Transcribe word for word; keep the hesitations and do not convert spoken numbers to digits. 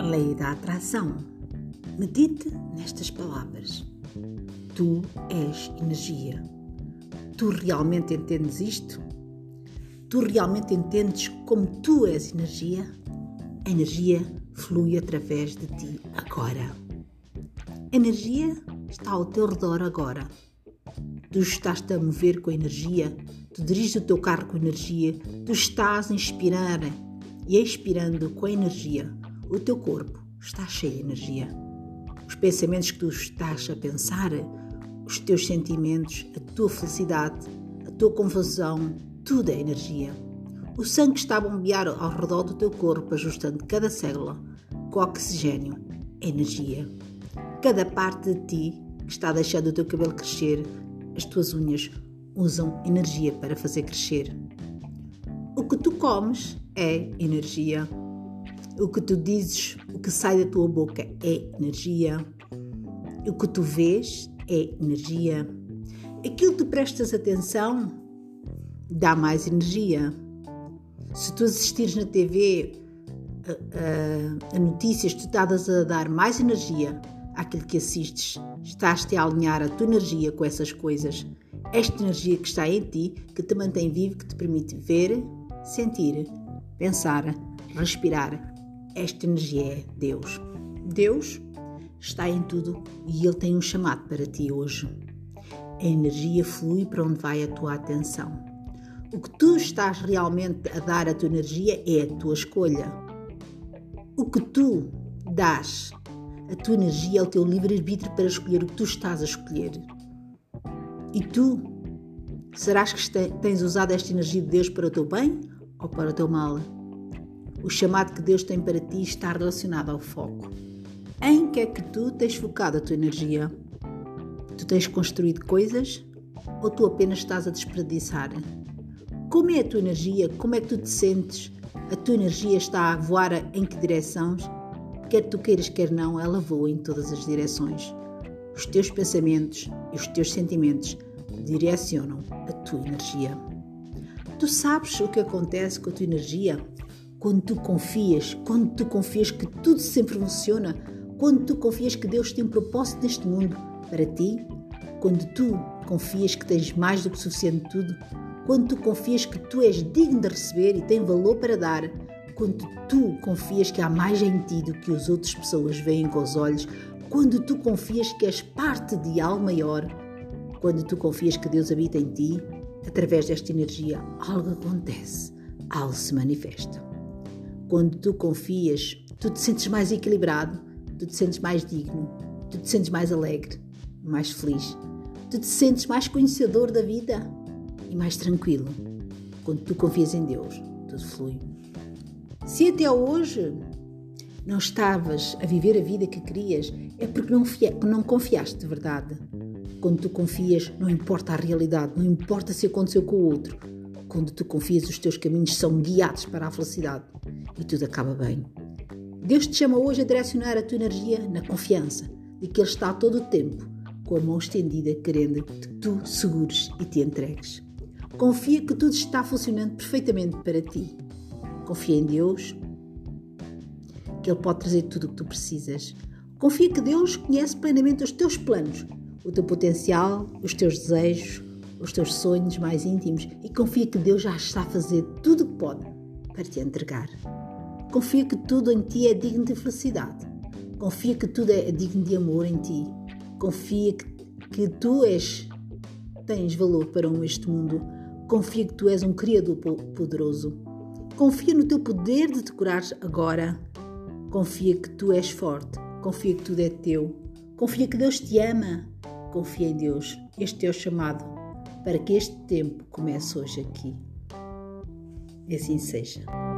Lei da atração. Medite nestas palavras. Tu és energia. Tu realmente entendes isto? Tu realmente entendes como tu és energia? A energia flui através de ti agora. A energia está ao teu redor agora. Tu estás-te a mover com a energia, tu diriges o teu carro com energia, tu estás a inspirar e expirando com a energia. O teu corpo está cheio de energia. Os pensamentos que tu estás a pensar, os teus sentimentos, a tua felicidade, a tua confusão, tudo é energia. O sangue está a bombear ao redor do teu corpo, ajustando cada célula com oxigênio, é energia. Cada parte de ti que está deixando o teu cabelo crescer, as tuas unhas usam energia para fazer crescer. O que tu comes é energia. O que tu dizes, o que sai da tua boca é energia. O que tu vês é energia. Aquilo que tu prestas atenção dá mais energia. Se tu assistires na T V a, a, a notícias, tu estás a dar mais energia àquilo que assistes. Estás-te a alinhar a tua energia com essas coisas. Esta energia que está em ti, que te mantém vivo, que te permite ver, sentir, pensar, respirar. Esta energia é Deus. Deus está em tudo e Ele tem um chamado para ti hoje. A energia flui para onde vai a tua atenção. O que tu estás realmente a dar à tua energia é a tua escolha. O que tu dás à tua energia é o teu livre-arbítrio para escolher o que tu estás a escolher. E tu, serás que tens usado esta energia de Deus para o teu bem ou para o teu mal? O chamado que Deus tem para ti está relacionado ao foco. Em que é que tu tens focado a tua energia? Tu tens construído coisas ou tu apenas estás a desperdiçar? Como é a tua energia? Como é que tu te sentes? A tua energia está a voar em que direções? Quer tu queiras, quer não, ela voa em todas as direções. Os teus pensamentos e os teus sentimentos direcionam a tua energia. Tu sabes o que acontece com a tua energia? Quando tu confias, quando tu confias que tudo sempre funciona, quando tu confias que Deus tem um propósito neste mundo para ti, quando tu confias que tens mais do que suficiente de tudo, quando tu confias que tu és digno de receber e tem valor para dar, quando tu confias que há mais em ti do que as outras pessoas veem com os olhos, quando tu confias que és parte de algo maior, quando tu confias que Deus habita em ti, através desta energia, algo acontece, algo se manifesta. Quando tu confias, tu te sentes mais equilibrado, tu te sentes mais digno, tu te sentes mais alegre, mais feliz, tu te sentes mais conhecedor da vida e mais tranquilo. Quando tu confias em Deus, tudo flui. Se até hoje não estavas a viver a vida que querias, é porque não, não confiaste de verdade. Quando tu confias, não importa a realidade, não importa se aconteceu com o outro. Quando tu confias, os teus caminhos são guiados para a felicidade e tudo acaba bem. Deus te chama hoje a direcionar a tua energia na confiança de que Ele está todo o tempo com a mão estendida, querendo que tu segures e te entregues. Confia que tudo está funcionando perfeitamente para ti. Confia em Deus, que Ele pode trazer tudo o que tu precisas. Confia que Deus conhece plenamente os teus planos, o teu potencial, os teus desejos, os teus sonhos mais íntimos e confia que Deus já está a fazer tudo o que pode para te entregar. Confia que tudo em ti é digno de felicidade. Confia que tudo é digno de amor em ti. Confia que, que tu és, tens valor para este mundo. Confia que tu és um Criador poderoso. Confia no teu poder de te curares agora. Confia que tu és forte. Confia que tudo é teu. Confia que Deus te ama. Confia em Deus. Este é o chamado para que este tempo comece hoje aqui. E assim seja.